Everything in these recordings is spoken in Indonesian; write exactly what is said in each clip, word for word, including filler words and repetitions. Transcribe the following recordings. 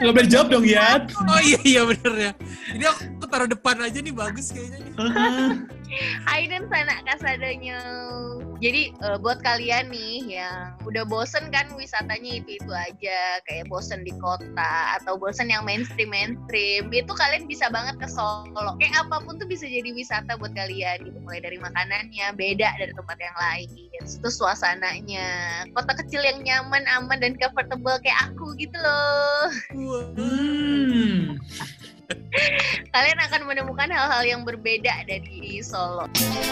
Nggak boleh jawab dong ya. Oh iya iya bener ya. Ini aku taruh depan aja nih, bagus kayaknya nih. Aiden sana kasadanya. Jadi uh, buat kalian nih yang udah bosen kan wisatanya itu-itu aja, kayak bosen di kota atau bosen yang mainstream-mainstream, itu kalian bisa banget ke Solo. Kayak apapun tuh bisa jadi wisata buat kalian gitu. Mulai dari makanannya beda dari tempat yang lain, terus suasananya, kota kecil yang nyaman, aman dan comfortable kayak aku gitu loh. Hmm. Kalian akan menemukan hal-hal yang berbeda dari Solo.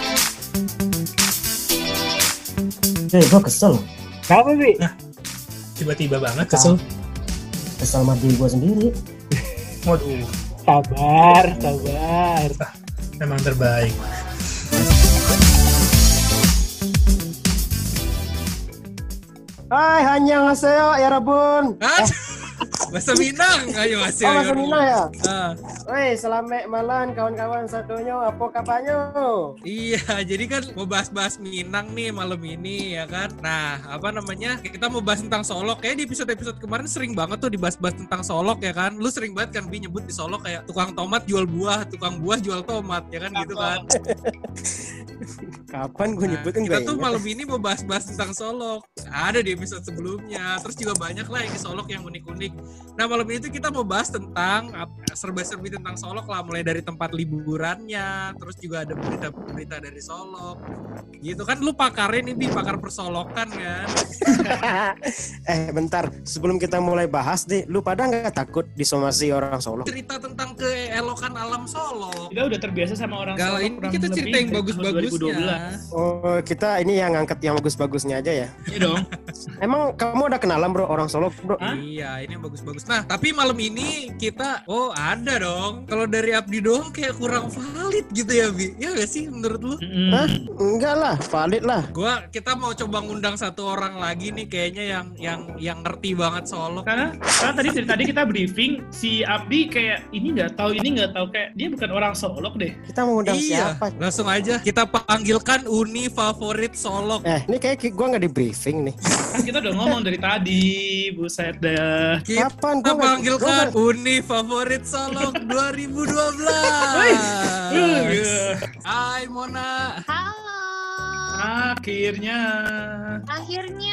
Hei, gue kesel. Kenapa, Bi? Nah, tiba-tiba banget kesel. Kesel sama diri gue sendiri. Waduh. Sabar, sabar. Ah, memang terbaik. Hai, annyeonghaseyo ya Rabun. Hah? Bahasa Minang, ayo ngasih. Oh, bahasa Minang ya? Ah. Woi, selamat malam kawan-kawan satunya, apa kabarnya? Iya, jadi kan mau bahas-bahas Minang nih malam ini ya kan. Nah, apa namanya? Kita mau bahas tentang Solok. Kayak di episode-episode kemarin sering banget tuh dibahas-bahas tentang Solok ya kan. Lu sering banget kan Bi nyebut di Solok kayak tukang tomat jual buah, tukang buah jual tomat ya kan gitu kan. Kapan gue Nah, nyebutin kita gue tuh ingat. malam ini mau bahas-bahas tentang Solok. Ada di episode sebelumnya. Terus juga banyak lah yang di Solok yang unik-unik. Nah, malam ini tuh kita mau bahas tentang apa, serba-serbi tentang Solok lah, mulai dari tempat liburannya, terus juga ada berita-berita dari Solok. Gitu kan, lu pakarnya nih Bi, pakar persolokan kan. Eh, bentar. Sebelum kita mulai bahas nih, lu pada nggak takut disomasi orang Solo? Cerita tentang keelokan alam Solok. Kita udah terbiasa sama orang Gak, Solo ini kurang kita lebih cerita yang dari tahun dua ribu dua bagus-bagusnya. belas. Oh, kita ini yang ngangkat yang bagus-bagusnya aja ya. Iya dong. Emang kamu udah kenalan bro orang Solo bro? Hah? Iya, ini yang bagus-bagus. Nah, tapi malam ini kita, oh ada dong. Kalau dari Abdi doang kayak kurang valid gitu ya, Bi. Ya gak sih menurut lu? Mm-mm. Hah? Enggak lah, valid lah. Gua kita mau coba ngundang satu orang lagi nih kayaknya yang yang yang ngerti banget Solok. Karena, karena tadi dari tadi kita briefing si Abdi kayak ini nggak tahu ini nggak tahu kayak dia bukan orang Solok deh. Kita mau undang Iya, siapa? langsung aja kita panggilkan Uni favorit Solok. Eh, ini kayak gue nggak di briefing nih. Kan kita udah ngomong dari tadi, buset dah. Kita Kapan? Gua nggak- panggilkan gua Uni favorit Solok dua ribu dua Wih. Uh, belas. Hai Mona. Halo. Akhirnya. Akhirnya.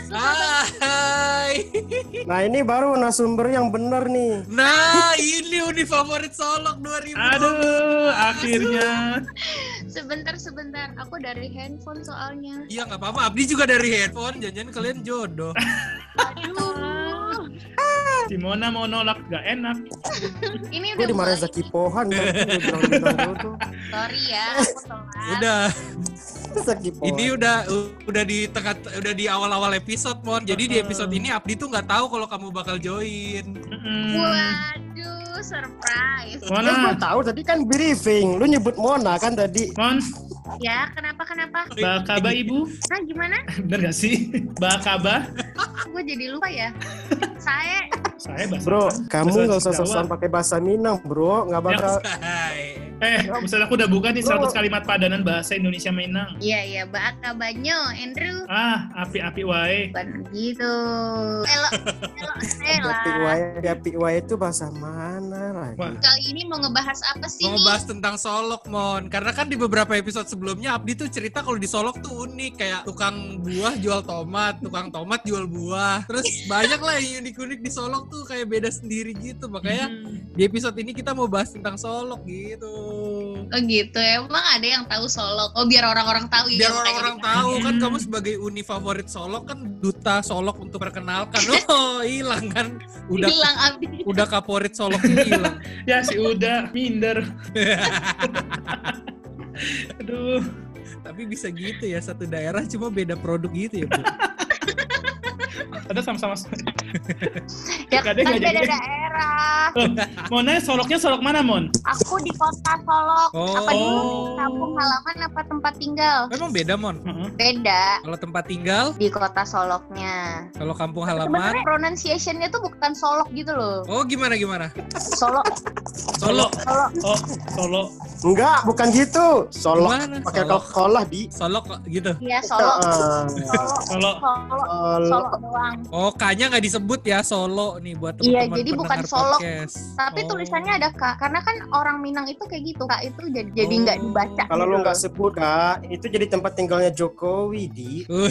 Hai. Nah ini baru narasumber yang bener nih. Nah, ini Uni favorit Solok dua ribu dua belas. Aduh, akhirnya. Sebentar sebentar, aku dari handphone soalnya. Iya nggak apa-apa. Abdi juga dari handphone. Jangan-jangan kalian jodoh. Aduh. Si Mona mau nolak gak enak. Ini Gue udah dimarahin mulai. Zaki Pohan kan. Gue bilang-bilang gitu. Sorry ya, aku telat. Udah. Zaki Pohan. Ini udah udah di tengah udah di awal-awal episode, Mon. Jadi di episode ini Abdi tuh nggak tahu kalau kamu bakal join. Mm-mm. Waduh, surprise. Kan gue Mona, tahu tadi kan briefing. Lu nyebut Mona kan tadi. Mon, Ya, kenapa kenapa? bakaba ibu, Nah, gimana? bener gak sih? Bakaba, Gue jadi lupa ya. Saya saya bahasa Bro, apa? kamu Bahasa nggak usah Jawa. sosokan pakai bahasa Minang, bro. Nggak bakal. Hai. Eh, misalnya aku udah buka nih seratus kalimat padanan bahasa Indonesia Minang. Iya iya, Baka Banyo, Andrew. Ah, api-api wae. Bukan gitu. Elo, elo, elo. Api wae, api wae itu bahasa mana lagi? Wah. Kali ini mau ngebahas apa sih Mau nih? ngebahas tentang Solok, Mon. Karena kan di beberapa episode sebelumnya Abdi tuh cerita kalau di Solok tuh unik, kayak tukang buah jual tomat, tukang tomat jual buah. Terus banyak lah yang unik-unik di Solok tuh kayak beda sendiri gitu. Makanya Hmm. di episode ini kita mau bahas tentang Solok gitu. Oh gitu, emang ada yang tahu Solok. Oh biar orang-orang tahu ya. Biar makanya orang-orang kita- tahu kan Hmm. kamu sebagai Uni favorit Solok kan duta Solok untuk perkenalkan. Oh, hilang kan. Udah hilang Abdi. udah kaporit Soloknya hilang. Ya si udah minder. Aduh. Tapi bisa gitu ya, satu daerah cuma beda produk gitu ya, Bu. Ada sama-sama. Ya Gak kan ada yang beda ngajakin. daerah. Mona, Soloknya Solok mana, Mon? Aku di kota Solok. Oh. Apa dulu nih kampung halaman apa tempat tinggal? Memang beda, Mon. Heeh. Beda Kalau tempat tinggal, di kota Soloknya. kalau kampung halaman. Sebenarnya pronunciation-nya tuh bukan Solok gitu loh. Oh, gimana gimana? Solo, Solo. Solo. Oh, Solo. Enggak, bukan gitu. Solok Gimana? pakai Solok. kolah di. Solok gitu. Iya, Solo. Ah, Solo. Solo. Solo. Solo. Solo doang. Oh, K-nya nggak disebut ya, Solo nih buat Iya, teman-teman jadi bukan pendengar Solok. podcast. Tapi Oh. tulisannya ada K, karena kan orang Minang itu kayak gitu, Kak, itu jadi jadi nggak Oh. dibaca. Kalau gitu lu loh. nggak sebut kak, itu jadi tempat tinggalnya Jokowi di. Wih.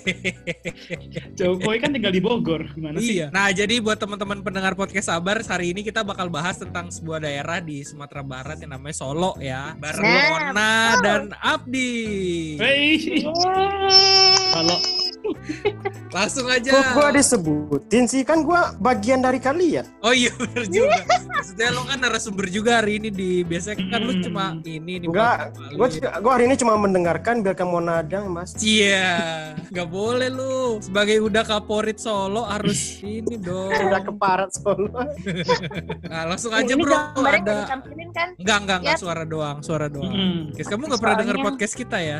Jokowi kan tinggal di Bogor. Gimana sih? Iya. Nah, jadi buat teman-teman pendengar podcast Sabar, hari ini kita bakal bahas tentang sebuah daerah di Sumatera Barat yang namanya Solo ya. Bareng Nah, Mona dan Abdi. Hei. Yeay. Kalau Langsung aja. Kok gua disebutin sih, kan gua bagian dari kalian. Oh iya bener juga. Maksudnya lo kan narasumber juga hari ini di biasanya kan lu Hmm. cuma ini nih. Enggak, gua gua hari ini cuma mendengarkan biar kamu nadang, Mas. Iya, nggak boleh lu. Sebagai udah kaporit Solo harus ini dong. Udah keparat Solo. Nah, langsung aja Ini bro. gambarnya nggak Ada. ditampilin kan? Enggak, enggak, enggak Ya. suara doang, suara doang. Mm. Guys, kamu nggak pernah dengar Soalnya- podcast kita ya?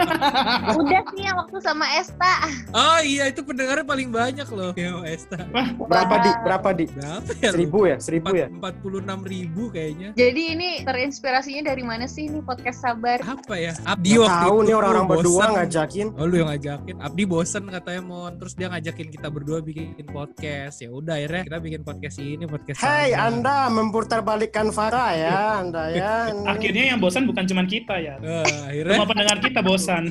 Udah sih yang waktu sama Esta. Oh iya, itu pendengarnya paling banyak loh. Ya, Esta. Berapa di? Berapa di? Berapa ya? lu? Seribu ya? Seribu ya? empat puluh enam ribu kayaknya. Jadi ini terinspirasinya dari mana sih nih podcast Sabar? Apa ya? Abdi Nggak waktu tahu itu nih orang-orang bosen. berdua ngajakin. Oh lu yang ngajakin. Abdi bosen katanya Mon. Terus dia ngajakin kita berdua bikin podcast. Ya udah akhirnya kita bikin podcast ini, podcast Hei, Sabar. Anda memputarbalikkan fakta ya, Anda ya. akhirnya yang bosan bukan cuma kita ya. Eh, akhirnya Semua pendengar kita bosan.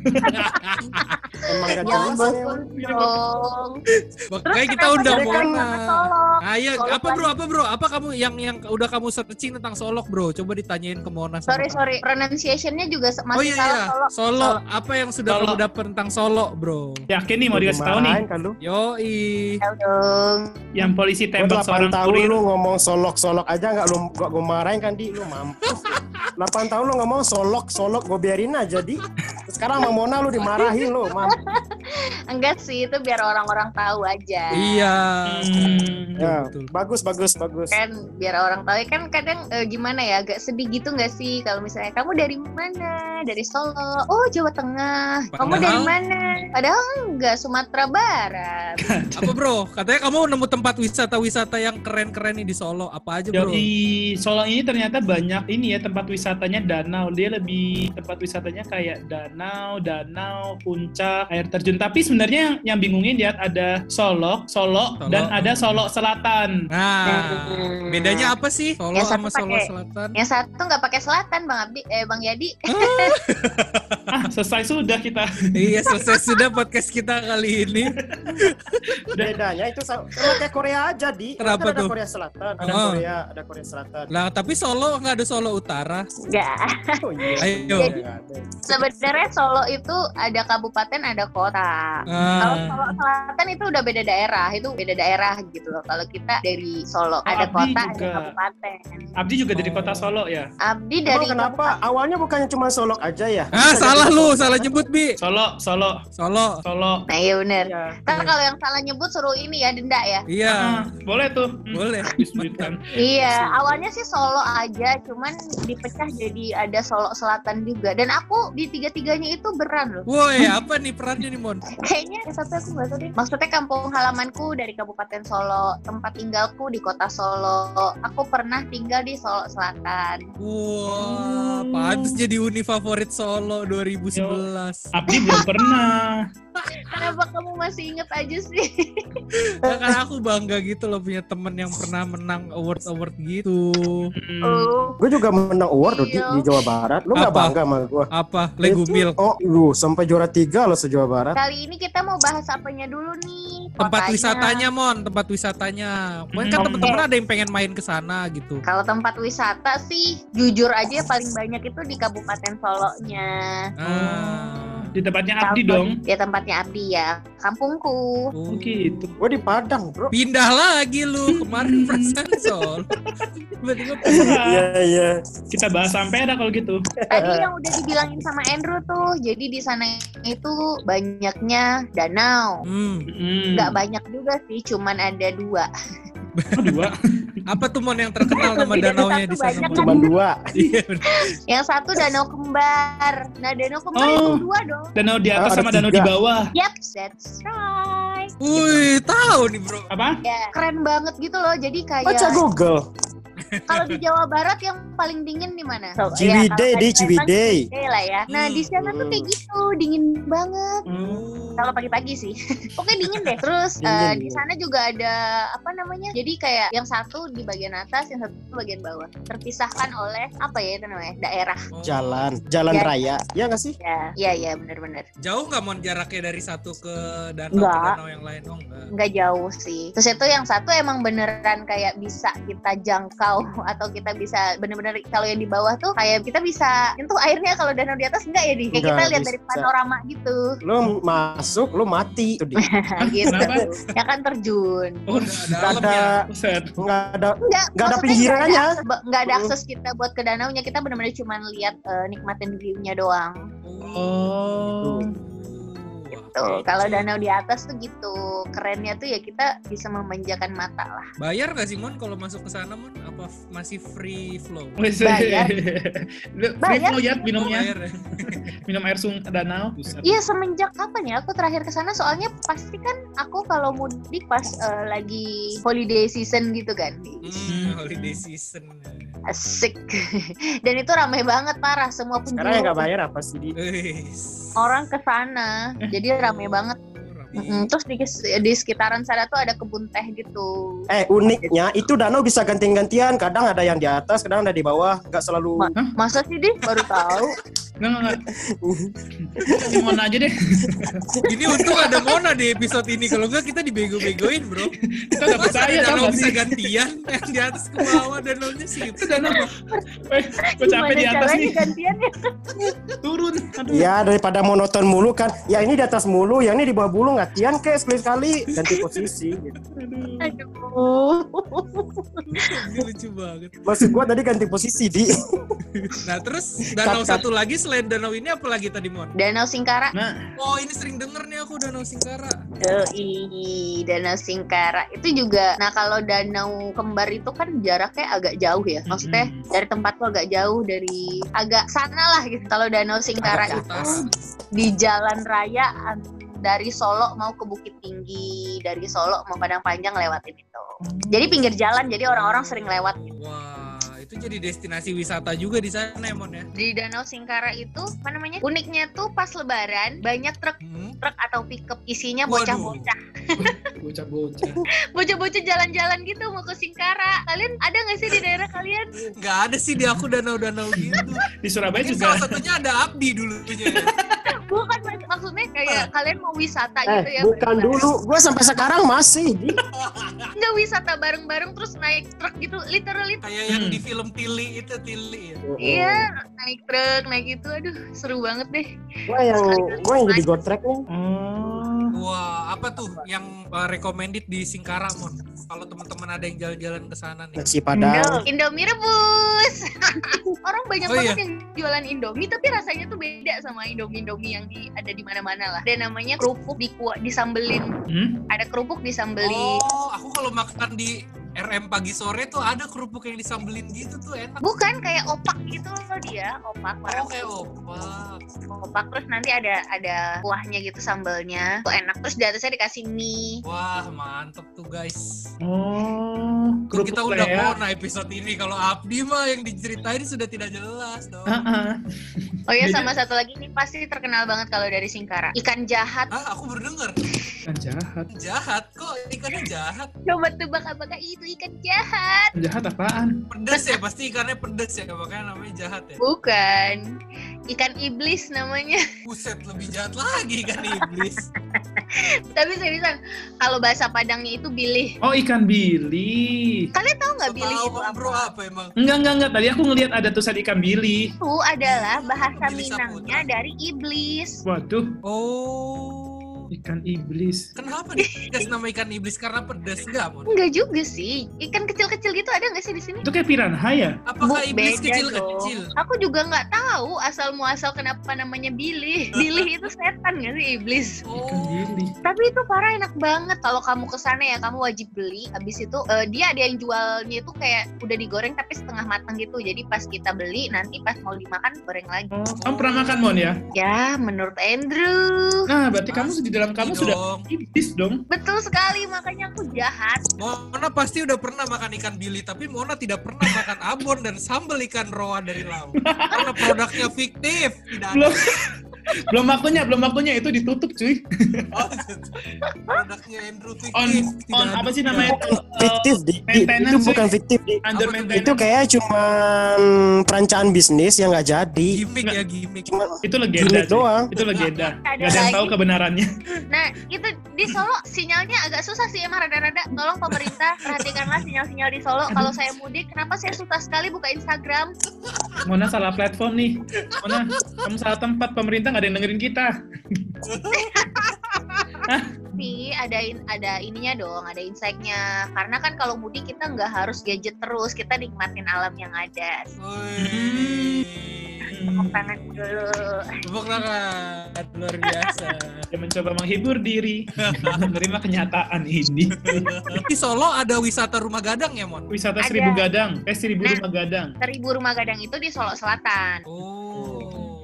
Emang gak Jangan jelas bosan nih. dong. makanya kita kenapa undang jadi kan- Mona. Solok? Ayo, Solok apa bro, apa bro? Apa kamu yang yang udah kamu searching tentang Solok bro? Coba ditanyain ke Mona. sama Sorry kamu. sorry, pronunciation-nya juga se- Oh masih iya salah iya. Solok. Solo. Apa yang sudah Solo. kamu dapat tentang Solo bro? Yakin nih mau dikasih tahu nih. Dimarahin kan lu? Yoi. Tahu dong. Yang polisi Gua tembak delapan seorang tahun kurir. lu ngomong solok-solok aja nggak lu gua, gua marahin kan di lu mampus. delapan tahun lu ngomong solok-solok gua biarin aja di. Sekarang sama Mona lu dimarahin lu, mampus. Enggak sih, itu biar orang-orang tahu aja. Iya. Hmm. Ya, betul. bagus bagus bagus. Kan biar orang tahu kan kadang eh, gimana ya, agak sedih gitu nggak sih kalau misalnya kamu dari mana? Dari Solo. Oh, Jawa Tengah. Kamu Padahal- dari mana? Padahal enggak, Sumatera Barat. Apa bro? Katanya kamu nemu tempat wisata-wisata yang keren-keren nih di Solo. Apa aja bro? Di Solo ini ternyata banyak ini ya tempat wisatanya danau. Dia lebih tempat wisatanya kayak danau, danau, puncak, air terjun. Tapi sebenarnya yang, yang bingungin dia ada Solok, Solo, Solo. dan ada Solo Selatan. Nah, Hmm. bedanya apa sih Solo Yang sama satu Solo pakai- Selatan? Yang satu nggak pakai selatan, Bang Abdi, eh Bang Yadi. Ah, selesai sudah kita. Iya, selesai sudah podcast kita kali ini. Bedanya itu sama sama kayak Korea aja di. Kenapa Kan ada tuh? Korea Selatan, ada Oh. Korea, ada Korea Selatan. Lah, tapi Solo nggak ada Solo Utara. Enggak. Oh iya. Ayo. Jadi- Sebenarnya Solo itu ada kabupaten, ada kota. Kalau Ah. Solo Selatan itu udah beda daerah, itu beda daerah gitu loh. Kalau kita dari Solo, ada Abdi kota, juga. ada kabupaten. Abdi juga dari Oh. kota Solo ya. Abdi Emang dari kenapa awalnya bukannya cuma Solok aja ya? Ah, Bisa salah jadi lu, Solok. salah nyebut Bi. Solo, Solo, Solo. Solo. Nah iya bener. Iya. Ntar kalau yang salah nyebut suruh ini ya, denda ya. Iya, Ah, boleh tuh. Hmm, boleh. Disebutkan. Iya, awalnya sih Solo aja, cuman dipecah jadi ada Solo Selatan juga. Dan aku di tiga-tiganya itu beran loh. Woi, apa nih perannya nih Mon? Kayaknya ya, tapi aku nggak tahu deh. Maksudnya kampung halamanku dari Kabupaten Solo, tempat tinggalku di kota Solo. Aku pernah tinggal di Solo Selatan. Wah, pantes jadi uni favorit Solo dua ribu sebelas. Abdi belum pernah. Kenapa kamu masih inget aja sih? Ya, kan aku bangga gitu loh punya temen yang pernah menang award-award gitu. Hmm. Oh, Gue juga menang award loh di, Iya. di Jawa Barat. Lu nggak Apa? bangga sama gue? Apa? Legumil. Oh, lu sampai juara tiga loh se-Jawa Barat. kali ini kita mau bahas apanya dulu nih? Tempat Kotanya. wisatanya Mon, tempat wisatanya. Mungkin kan Hmm. temen-temen ada yang pengen main ke sana gitu. Kalau tempat wisata sih, jujur aja paling banyak itu di Kabupaten Solonya. Ah. Di tempatnya Abdi Kampung- dong. Ya tempatnya Abdi ya, kampungku. Oh. Gitu. Gue di Padang, bro. Pindah lagi lu kemarin perasaan Sol. Tiba-tiba pindah. Iya, iya. Kita bahas sampai ada kalau gitu. Tadi yang udah dibilangin sama Andrew tuh, jadi di sana itu banyaknya danau. Hmm. Hmm. Nggak banyak juga sih, cuman ada dua. Oh, dua. Apa tuh Mon yang terkenal nama Lebih dari danaunya satu di sana? banyak Mon? Cuma dua. Iya, bener. Yang satu danau kembar. Nah, danau kembar Oh. itu dua dong. Danau di atas Oh, ada sama danau tiga. di bawah. Yep, that's right. Wih, tahu nih bro. Apa? Ya, keren banget gitu loh. Jadi kayak Baca Google. kalau di Jawa Barat yang paling dingin di mana? So, Ciwidey kalau di tadi Ciwidey. Ciwidey lah ya. Nah, di sana tuh Hmm. kayak gitu, dingin banget. Hmm. Kalau pagi-pagi sih. Oke, dingin deh. Terus Dingin, eh, di dingin. sana juga ada apa namanya? Jadi kayak yang satu di bagian atas, yang satu di bagian bawah. Terpisahkan oleh apa ya itu namanya? Daerah. Oh. Jalan, jalan Ya. raya. Ya nggak sih? Ya, iya iya benar-benar. Jauh nggak Mon jaraknya dari satu ke danau Nggak. ke danau yang lain? Oh enggak. Nggak jauh sih. Terus itu yang satu emang beneran kayak bisa kita jangkau atau kita bisa bener-bener kalau yang di bawah tuh kayak kita bisa nyentuh airnya, kalau danau di atas enggak ya di kayak kita Nggak lihat dari bisa. panorama gitu. Lu masuk, lu mati. Itu di. Nah, gitu. Kenapa? Ya kan terjun. Oh, Ada Nggak dalam ada, ya. buset. nggak ada. Enggak, Nggak ada maksudnya pinggirannya. nggak ada akses- nggak ada Hmm. akses kita buat ke danaunya, kita benar-benar cuma lihat eh, nikmatin view-nya doang. Oh. Tuh, kalau danau di atas tuh gitu. Kerennya tuh ya kita bisa memanjakan mata lah. Bayar nggak sih Mon kalau masuk ke sana Mon? Apa f- masih free flow? Wes. Bayar. Lu free Bayar. flow ya Oh, minumnya. bayar ya? Minum air sung danau. Buset. Iya, semenjak kapan ya aku terakhir ke sana, soalnya pasti kan aku kalau mudik pas eh, lagi holiday season gitu kan. Hmm, holiday season. Asik. Dan itu ramai banget parah, semua Sekarang yang nggak penjuru bayar apa sih di? Wis. orang ke sana. Jadi ramai banget. Rapi. Mm-mm. Terus di, di sekitaran sana tuh ada kebun teh gitu. Eh uniknya itu danau bisa ganti-gantian. Kadang ada yang di atas, kadang ada di bawah. Nggak selalu. Ma- Masa sih Di? Baru tahu. Enggak, enggak, enggak. Kita Mona aja deh. Ini untung ada Mona di episode ini. Kalau enggak kita dibego-begoin bro. Kita nggak Masa percaya ada tau danau nggak bisa sih? gantian, yang di atas ke bawah danaunya sih. Itu danau. Eh, gue capek di atas caranya nih. gantiannya? Turun. Aduh. Ya daripada monoton mulu kan. Ya ini di atas mulu, yang ini di bawah mulu. Ngatian kayak sekali-sekali ganti posisi. Gitu. Aduh. Ini lucu banget. Maksud gua tadi ganti posisi di. Nah terus danau Cut, cut. satu lagi selain danau ini apa lagi tadi Mon? Danau Singkara. Nah, Oh ini sering denger nih aku Danau Singkara. Ih, Danau Singkara itu juga. Nah, kalau Danau Kembar itu kan jaraknya agak jauh ya. Maksudnya Mm-mm. dari tempatku agak jauh, dari agak sana lah gitu. Kalau Danau Singkara Agak itu atas. di jalan raya an- dari Solo mau ke Bukit Tinggi, dari Solo mau Padang Panjang lewatin itu. Jadi pinggir jalan, jadi orang-orang sering lewat gitu. Wah itu jadi destinasi wisata juga di sana ya Mon ya. Di Danau Singkara itu apa namanya? Uniknya tuh pas Lebaran banyak truk Hmm. truk atau pickup isinya Waduh. bocah-bocah. bocah-bocah. Bocah-bocah jalan-jalan gitu mau ke Singkara. Kalian ada nggak sih di daerah kalian? Nggak ada sih di aku danau-danau gitu. Di Surabaya Mungkin juga. salah satunya ada Abdi dulunya. Ya. Bukan, mak- maksudnya kayak kalian mau wisata Eh gitu ya. bukan bareng-bareng. dulu. Gua sampai sekarang masih di. Nggak wisata bareng-bareng terus naik truk gitu, literally. Kayak yang Hmm. di film Tili itu Tili ya. Iya, naik truk, naik itu, aduh seru banget deh. Gua yang gua yang jadi gotrek nih. Oh. Wah, apa tuh yang uh, recommended di Singkara, Mon? Kalau teman-teman ada yang jalan-jalan ke sana nih. Nasi Padang. Indomie rebus. Orang banyak Oh, banget iya. yang jualan Indomie, tapi rasanya tuh beda sama Indomie-Indomie yang di, ada di mana-mana lah. Ada namanya kerupuk di kuah disambelin. Hmm? Ada kerupuk disambelin. Oh, aku kalau makan di R M pagi sore tuh ada kerupuk yang disambelin gitu tuh enak. Bukan kayak opak gitu loh dia, opak. warna Oh, kayak opak. opak terus nanti ada ada kuahnya gitu, sambalnya tuh enak, terus di atasnya dikasih mie. Wah, mantep tuh guys. Oh. Kok kita udah ya. Mona episode ini. Kalau Abdi mah yang diceritain sudah tidak jelas dong. Ah, ah. Oh ya, Beda. sama satu lagi ini pasti terkenal banget kalau dari Singkara, ikan jahat. Ah, aku baru denger. Kan jahat. Jahat kok ikannya jahat. Coba tebak apakah itu ikan jahat? Jahat apaan? Pedes ya, pasti ikannya pedes ya, makanya namanya jahat ya. Bukan, ikan iblis namanya. Buset, lebih jahat lagi kan iblis. Tapi seriusan, kalau bahasa Padangnya itu bilih. Hmm. Oh, ikan bili. Kalian tahu nggak bilih Tahu itu Bang, apa? bro apa emang? Enggak, enggak, enggak. Tadi aku ngelihat ada tulisan ikan bili. Itu adalah bahasa Bilih Minangnya Saputra. dari iblis. Waduh. Oh. Ikan iblis. Kenapa dikasih nama ikan iblis? Karena pedas nggak, Mon? Enggak juga sih. Ikan kecil-kecil gitu ada nggak sih di sini? Itu kayak piranha ya? Apakah Bu, iblis beda kecil-kecil? dong. Aku juga nggak tahu asal muasal kenapa namanya Billy. Billy itu setan nggak sih iblis? Ikan Oh, gili. Tapi itu parah enak banget. Kalau kamu kesana ya kamu wajib beli. Habis itu eh, dia ada yang jualnya itu kayak udah digoreng tapi setengah matang gitu. Jadi pas kita beli nanti pas mau dimakan goreng lagi. Oh, kamu pernah makan Mon ya? Ya menurut Andrew. Nah, berarti kamu di dalam kamu Pasti sudah dong. iblis dong. Betul sekali makanya aku jahat. Mona pasti udah pernah makan ikan bili, tapi Mona tidak pernah makan abon dan sambal ikan roa dari laut. Karena produknya fiktif, tidak ada. Belum belum waktunya, belum waktunya itu ditutup cuy. Oh, produknya Andrew fiktif. On tidak on ada. apa sih namanya itu? Fiktif, Di. Di. maintenance, Itu bukan cuy. fiktif, Di. Under Apa tuh? maintenance. Itu kayak cuman perancangan bisnis yang nggak jadi. Gimik ya, gimik. Cuma Itu legenda gimmick cuy. doang. Itu legenda. Ada Gak ada yang tahu lagi. kebenarannya. Nah itu di Solo sinyalnya agak susah sih emang rada-rada. Tolong pemerintah perhatikanlah sinyal-sinyal di Solo. Kalau saya mudik kenapa saya susah sekali buka Instagram? Mona salah platform nih. Mona, kamu salah tempat. Pemerintah gak ada yang dengerin kita. Tapi ada in- ada ininya dong, ada insight-nya. Karena kan kalau mudik kita nggak harus gadget terus, kita nikmatin alam yang ada. Wih. Tepuk tangan dulu. Tepuk tangan, luar biasa. Dia mencoba menghibur diri. Menerima kenyataan ini. Di Solo ada wisata rumah gadang ya, Mon? Wisata Ada. Seribu Gadang. Eh, Seribu Nah. Rumah Gadang. Seribu Rumah Gadang itu di Solo Selatan. Oh.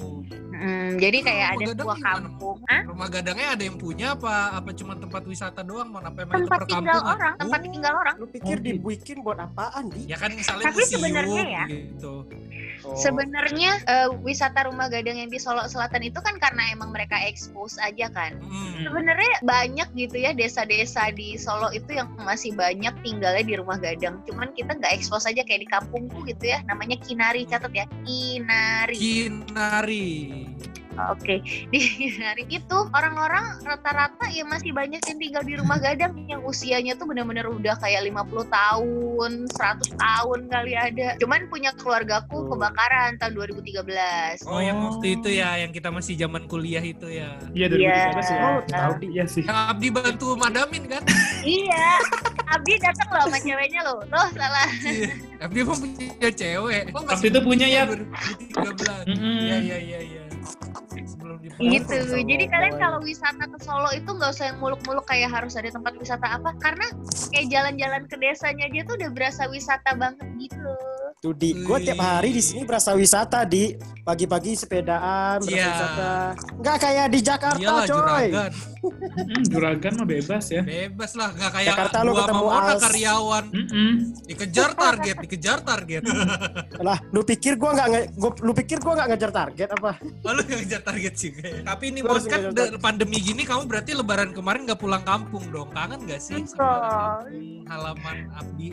Hmm, jadi kayak Rumah ada gadang sebuah gimana? kampung. Hah? Rumah gadangnya ada yang punya apa? Apa cuma tempat wisata doang, Mon? Apa emang itu Tempat tinggal perkampungan? orang, tempat Oh. tinggal orang. Lu pikir Oh, dibikin buat apaan, Di? Ya kan misalnya Tapi museum sebenarnya ya, gitu. Oh. Sebenarnya eh, wisata Rumah Gadang yang di Solo Selatan itu kan karena emang mereka expose aja kan. Hmm. Sebenarnya banyak gitu ya desa-desa di Solo itu yang masih banyak tinggalnya di rumah gadang. Cuman kita nggak expose aja kayak di kampungku gitu ya. Namanya Kinari, catat ya. Kinari. Kinari. Oke, di Kinari itu orang-orang rata-rata ya masih banyak yang tinggal di rumah gadang yang usianya tuh benar-benar udah kayak lima puluh tahun, seratus tahun kali ada. Cuman punya keluargaku Oh. kebakaran tahun dua ribu tiga belas. Oh, yang Oh. waktu itu ya, yang kita masih zaman kuliah itu ya. Iya, dua ribu tiga belas ya. Iya. Oh, tahu di. Iya sih. Yang Abdi bantu madamin kan? Iya, Abdi datang loh sama ceweknya loh. Loh salah. Abdi emang punya cewek. Oh, Waktu itu punya ya. dua ribu tiga belas. Mm-mm. Iya, iya, iya, iya. Sebelum di Gitu. Solo, Jadi kalian kawan. kalau wisata ke Solo itu nggak usah yang muluk-muluk kayak harus ada tempat wisata apa, karena kayak jalan-jalan ke desanya aja tuh udah berasa wisata banget gitu. Tuh, Di. Gue tiap hari di sini berasa wisata, Di. Pagi-pagi sepedaan, berasa Iya. wisata. Nggak kayak di Jakarta, Iyalah, coy. juragan. Mm-mm, juragan mah bebas ya. Bebas lah, gak kayak Jakarta lu gua sama ketemu Mona as- karyawan. Mm-mm. Dikejar target, dikejar target. Lah, lu pikir gua nggak nge- gua, lu pikir gua nggak ngejar target apa? Oh, lu gak ngejar target juga ya? Tapi ini Gua Mon, harus kan ngejar de- pandemi gini kamu berarti lebaran kemarin gak pulang kampung dong. Kangen gak sih sama Betul. kampung halaman Abdi?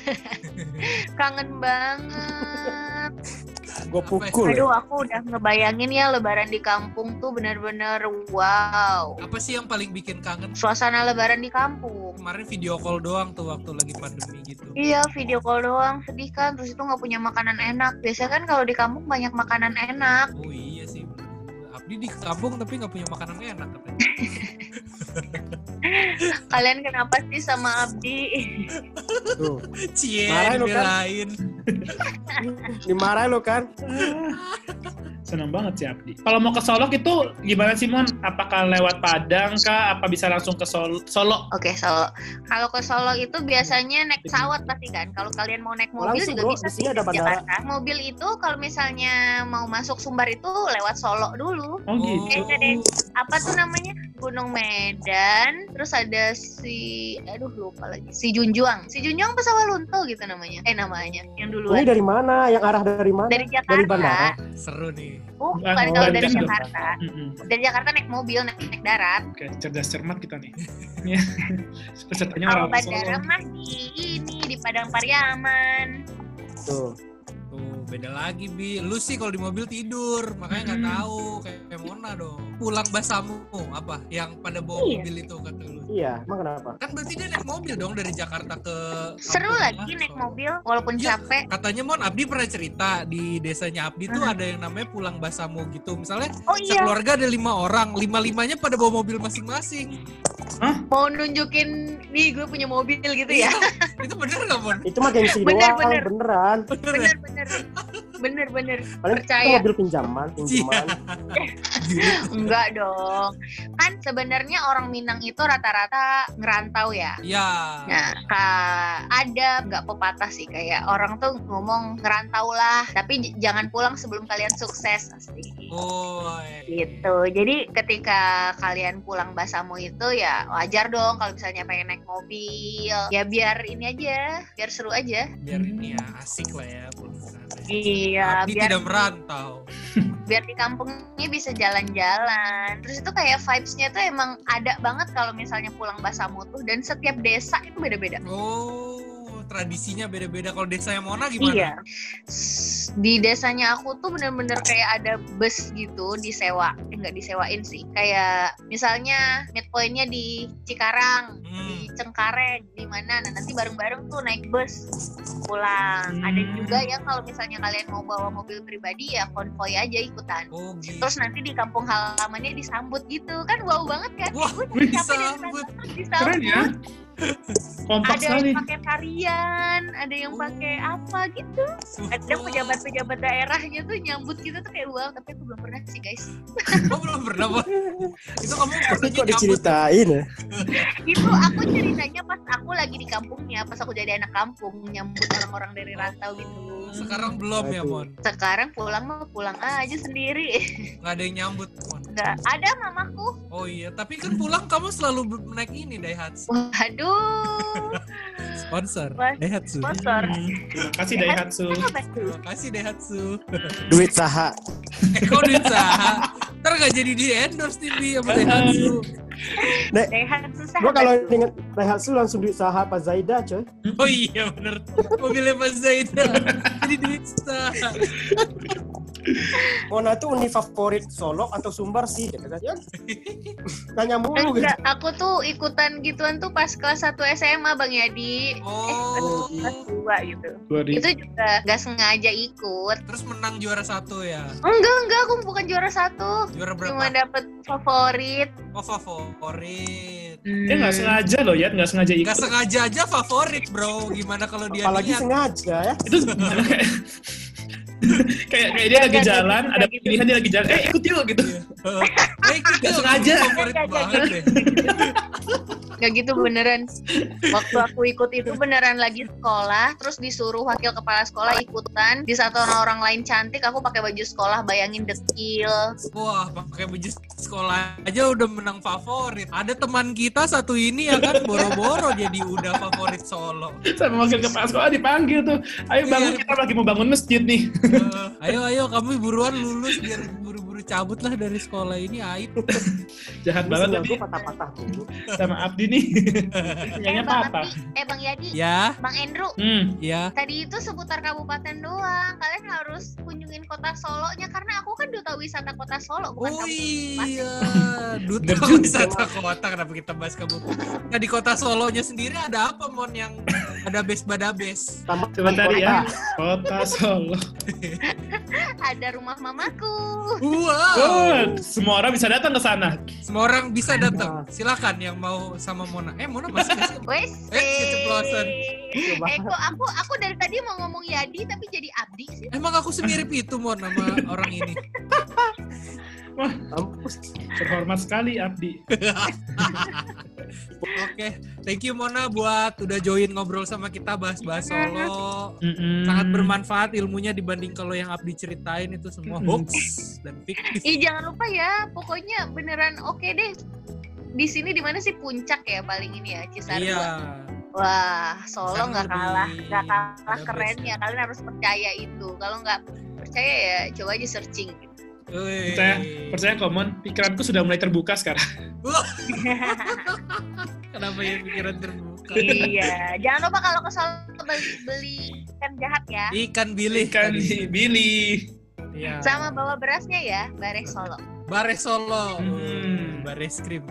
Kangen banget. Gua Apa pukul. Aduh, aku udah ngebayangin ya lebaran di kampung tuh bener-bener wow. Apa sih yang paling bikin kangen? Suasana lebaran di kampung. Kemarin video call doang tuh waktu lagi pandemi gitu. Iya, video call doang, sedih kan. Terus itu nggak punya makanan enak. Biasanya kan kalau di kampung banyak makanan enak. Oh iya sih. Abdi di kampung tapi gak punya makanan enak katanya. Kalian kenapa sih sama Abdi? Tuh, Cie, Marahin lu kan? dibelain. dimarahin lu kan? Senang banget sih Abdi. Kalau mau ke Solok itu gimana sih Mon? Apakah lewat Padang kah? Apa bisa langsung ke Sol- Solo? Oke, Solo. Kalau ke Solo itu biasanya naik pesawat pasti kan. Kalau kalian mau naik mobil Langsung, juga bro. bisa Di sini sih ada di bandara. Jakarta. Mobil itu kalau misalnya mau masuk Sumbar itu lewat Solo dulu. Oh gitu. Kayaknya deh. Apa tuh namanya? Gunung Medan. Terus ada si, aduh lupa lagi. Si Junjuang. Si Junjuang apa Sawalunto gitu namanya. Eh namanya. Yang Ini duluan. dari mana? Yang arah dari mana? Dari Dari Jakarta. bandara. Seru nih. Bukan Oh, kalau dari Banten dong. Jakarta. Mm-mm. Dari Jakarta naik mobil, naik, naik darat. Oke, cerdas cermat kita nih. Ya. Pesertanya Kalau orang bandara Solo. mah di ini di Padang Pariaman. Tuh. Tuh. beda lagi Bi. Lu sih kalau di mobil tidur, makanya nggak Hmm. tahu kayak, kayak Mona dong. Pulang basamu apa? Yang pada bawa Iya. mobil itu kata lu. Iya, emang kenapa? Kan berarti dia naik mobil dong dari Jakarta ke Seru kampung lagi lah, naik Solo. mobil walaupun Iya. capek. Katanya Mon, Abdi pernah cerita di desanya Abdi tuh Hmm. ada yang namanya pulang basamu gitu. Misalnya Oh iya, sekeluarga ada lima orang, lima-limanya pada bawa mobil masing-masing. mau nunjukin nih gue punya mobil gitu ya. Itu bener nggak Mon? Itu mah gengsi Bener, doang, bener. beneran. Bener ya? Bener bener bener bener. Paling itu Percaya. mobil pinjaman, pinjaman. Enggak dong. Kan sebenarnya orang Minang itu rata-rata ngerantau ya. Iya. Nah, ka- ada nggak pepatah sih kayak orang tuh ngomong ngerantau lah, tapi j- jangan pulang sebelum kalian sukses pasti. Oh, iya. Gitu. Jadi ketika kalian pulang basamu itu ya wajar dong kalau misalnya pengen naik mobil. Ya biar ini aja, biar seru aja. Biar ini ya asik lah ya pulang ke sana. Iya, Abdi biar tidak merantau. biar di kampungnya bisa jalan-jalan. Terus itu kayak vibes-nya tuh emang ada banget kalau misalnya pulang basamu tuh, dan setiap desa itu beda-beda. Oh, tradisinya beda-beda. Kalau desa yang Mona gimana? Iya. S- Di desanya aku tuh bener-bener kayak ada bus gitu disewa. Eh, nggak disewain sih. Kayak misalnya midpoint-nya di Cikarang, Hmm. di Cengkareng, di mana. Nah, nanti bareng-bareng tuh naik bus pulang. Hmm. Ada juga yang kalau misalnya kalian mau bawa mobil pribadi ya konvoy aja ikutan. Oh, gitu. Terus nanti di kampung halamannya disambut gitu. Kan wow banget kan? Wah, Gue tadi capek dari disambut. sana, Keren disambut. ya. Kompak Ada sekali. yang pakai tarian, ada yang Oh. pakai apa gitu. Ada pejabat-pejabat daerahnya tuh nyambut gitu tuh kayak wow, tapi aku belum pernah sih guys. Oh, belum pernah, Mon. Itu kamu Tapi katanya kok nyambut. diceritain ya? Itu aku ceritanya pas aku lagi di kampungnya, pas aku jadi anak kampung nyambut orang-orang dari rantau gitu. Sekarang belum ya, Aduh. Mon. Sekarang pulang mah pulang aja sendiri. Nggak ada yang nyambut, Mon. Enggak ada mamaku. Oh iya, tapi kan pulang kamu selalu ber- naik ini Daihatsu. Waduh, Sponsor. Wah, Daihatsu. sponsor. Hmm, terima kasih Daihatsu. Apa tuh? Terima kasih Daihatsu. Duit saha. Eh, kok duit saha? Ntar nggak jadi di endorse nih Bi sama Daihatsu. Daihatsu susah. Gua kalau inget Daihatsu langsung duit saha Pak Zaida, coy. Oh iya bener. Mobilnya Mas Zaida. Jadi duit saha. Mona tuh uni favorit Solok atau Sumbar sih, gitu kan? Ya, tanya mulu gitu. Enggak, aku tuh ikutan gituan tuh pas kelas satu S M A Bang Yadi. Oh. Kelas dua gitu. dua ribu. Itu juga gak sengaja ikut. Terus menang juara satu ya. Enggak, enggak, aku bukan juara satu. Juara Cuma berapa? dapet favorit. Oh favorit. Dia nggak sengaja loh ya, nggak sengaja ikut. Gak sengaja aja favorit bro. Gimana kalau dia Apalagi niat? sengaja ya. Itu kayak kayak dia lagi Enggak, jalan, enggak, ada enggak gitu. pilihan dia lagi jalan, eh ikut yuk gitu. Eh, kita Nggak sengaja. Favorit Enggak, enggak, banget deh. Gak gitu beneran. Waktu aku ikut itu beneran lagi sekolah, terus disuruh wakil kepala sekolah ikutan. Di saat orang-orang lain cantik, aku pakai baju sekolah, bayangin dekil. Wah, pakai baju sekolah aja udah menang favorit. Ada teman kita satu ini ya kan boro-boro jadi udah favorit Solo. Sama wakil kepala sekolah dipanggil tuh, ayo bangun, Iya. kita lagi mau bangun masjid nih. Eh, ayo ayo kamu buruan lulus biar buru-buru cabut lah dari sekolah ini aib. Jahat banget Banget tadi gue patah-patah dulu. sama Abdi nih. Eh Nyanyi Bang patah. Abdi, eh Bang Yadi, Ya, Bang Andrew. Hmm, ya. Tadi itu seputar kabupaten doang. Kalian harus kunjungin kota Solonya karena aku kan duta wisata kota Solo bukan Oh kabupaten. iya, duta Bener juga. wisata kota. Kenapa kita bahas kamu? Nah di kota Solonya sendiri ada apa Mon yang ada base badabes? Tambah coba cari ya. kota. Kota Solo. Ada rumah mamaku. Wow. Oh, semua orang bisa datang ke sana. Semua orang bisa datang. Silakan yang mau sama Mona. Eh Mona masih nggak sih? Wes. Eh, keceplosan. Eh kok aku aku dari tadi mau ngomong Yadi tapi jadi Abdi sih. Emang aku semirip itu Mon sama orang ini. Mampus. Terhormat sekali Abdi. Oke, thank you Mona buat udah join ngobrol sama kita bahas-bahas Solo. Mm-mm. Sangat bermanfaat ilmunya dibanding kalau yang Abdi ceritain itu semua Mm. hoax dan fiktif. Ih jangan lupa ya, pokoknya beneran oke deh. Di sini di mana sih puncak ya paling ini ya Cisarua. Iya. Wah, Solo Cisarua nggak lebih kalah, nggak kalah ada keren base. ya. Kalian harus percaya itu. Kalau nggak percaya ya coba aja searching. Wih. Percaya, percaya Komon, pikiranku sudah mulai terbuka sekarang. Kenapa ya pikiran terbuka? Iya, jangan lupa kalau ke Solo beli beli ikan jahat ya. Ikan bilih Ikan tadi. Billy. Iya. Sama bawa berasnya ya, Bare Solo. Bare Solo. Hmm. Bare Skrim.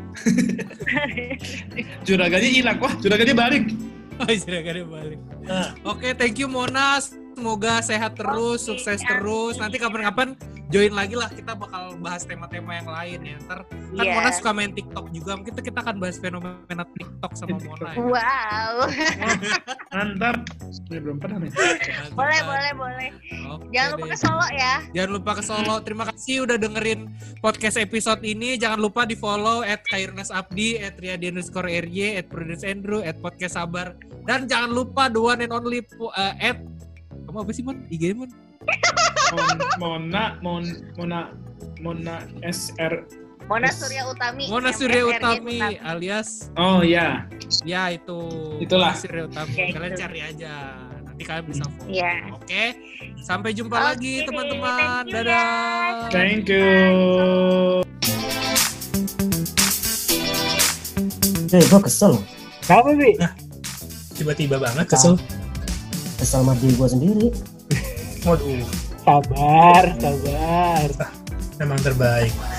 Juragannya hilang. Wah, juragannya balik. Oh, juragannya balik. Oke, thank you Monas. Semoga sehat terus, Oke, sukses amin. terus. Nanti kapan-kapan join lagi lah, kita bakal bahas tema-tema yang lain ya. Ntar kan Iya. Monas suka main TikTok juga, mungkin kita akan bahas fenomena TikTok sama Mona ya. Wow. Mantap. Ini belum pernah nih. boleh, boleh, boleh. Oke Jangan lupa deh. ke Solo ya. Jangan lupa ke Solo. Terima kasih udah dengerin podcast episode ini. Jangan lupa di follow at Khairnas Abdi, at Riyadi underscore R Y, at Prudence Andrew, at Podcast Sabar. Dan jangan lupa the one and only uh, at kamu apa sih Mon? I G Mon? Mon, Mona, Mon, Mona, Mona S R. Mona Yes. Surya Utami. Mona M Surya S R G Utami alias Oh ya, ya itu. Itulah. Mona Surya Utami. Kayak Kalian gitu. cari aja. Nanti kalian bisa follow. Iya. Oke. Sampai jumpa Oke lagi deh, teman-teman. thank you ya. Dadah. thank you. Eh, gue kesel. Kenapa, Bi? Tiba-tiba banget kesel. Kesel sama diri gue sendiri. Waduh, Sabar, sabar. memang terbaik.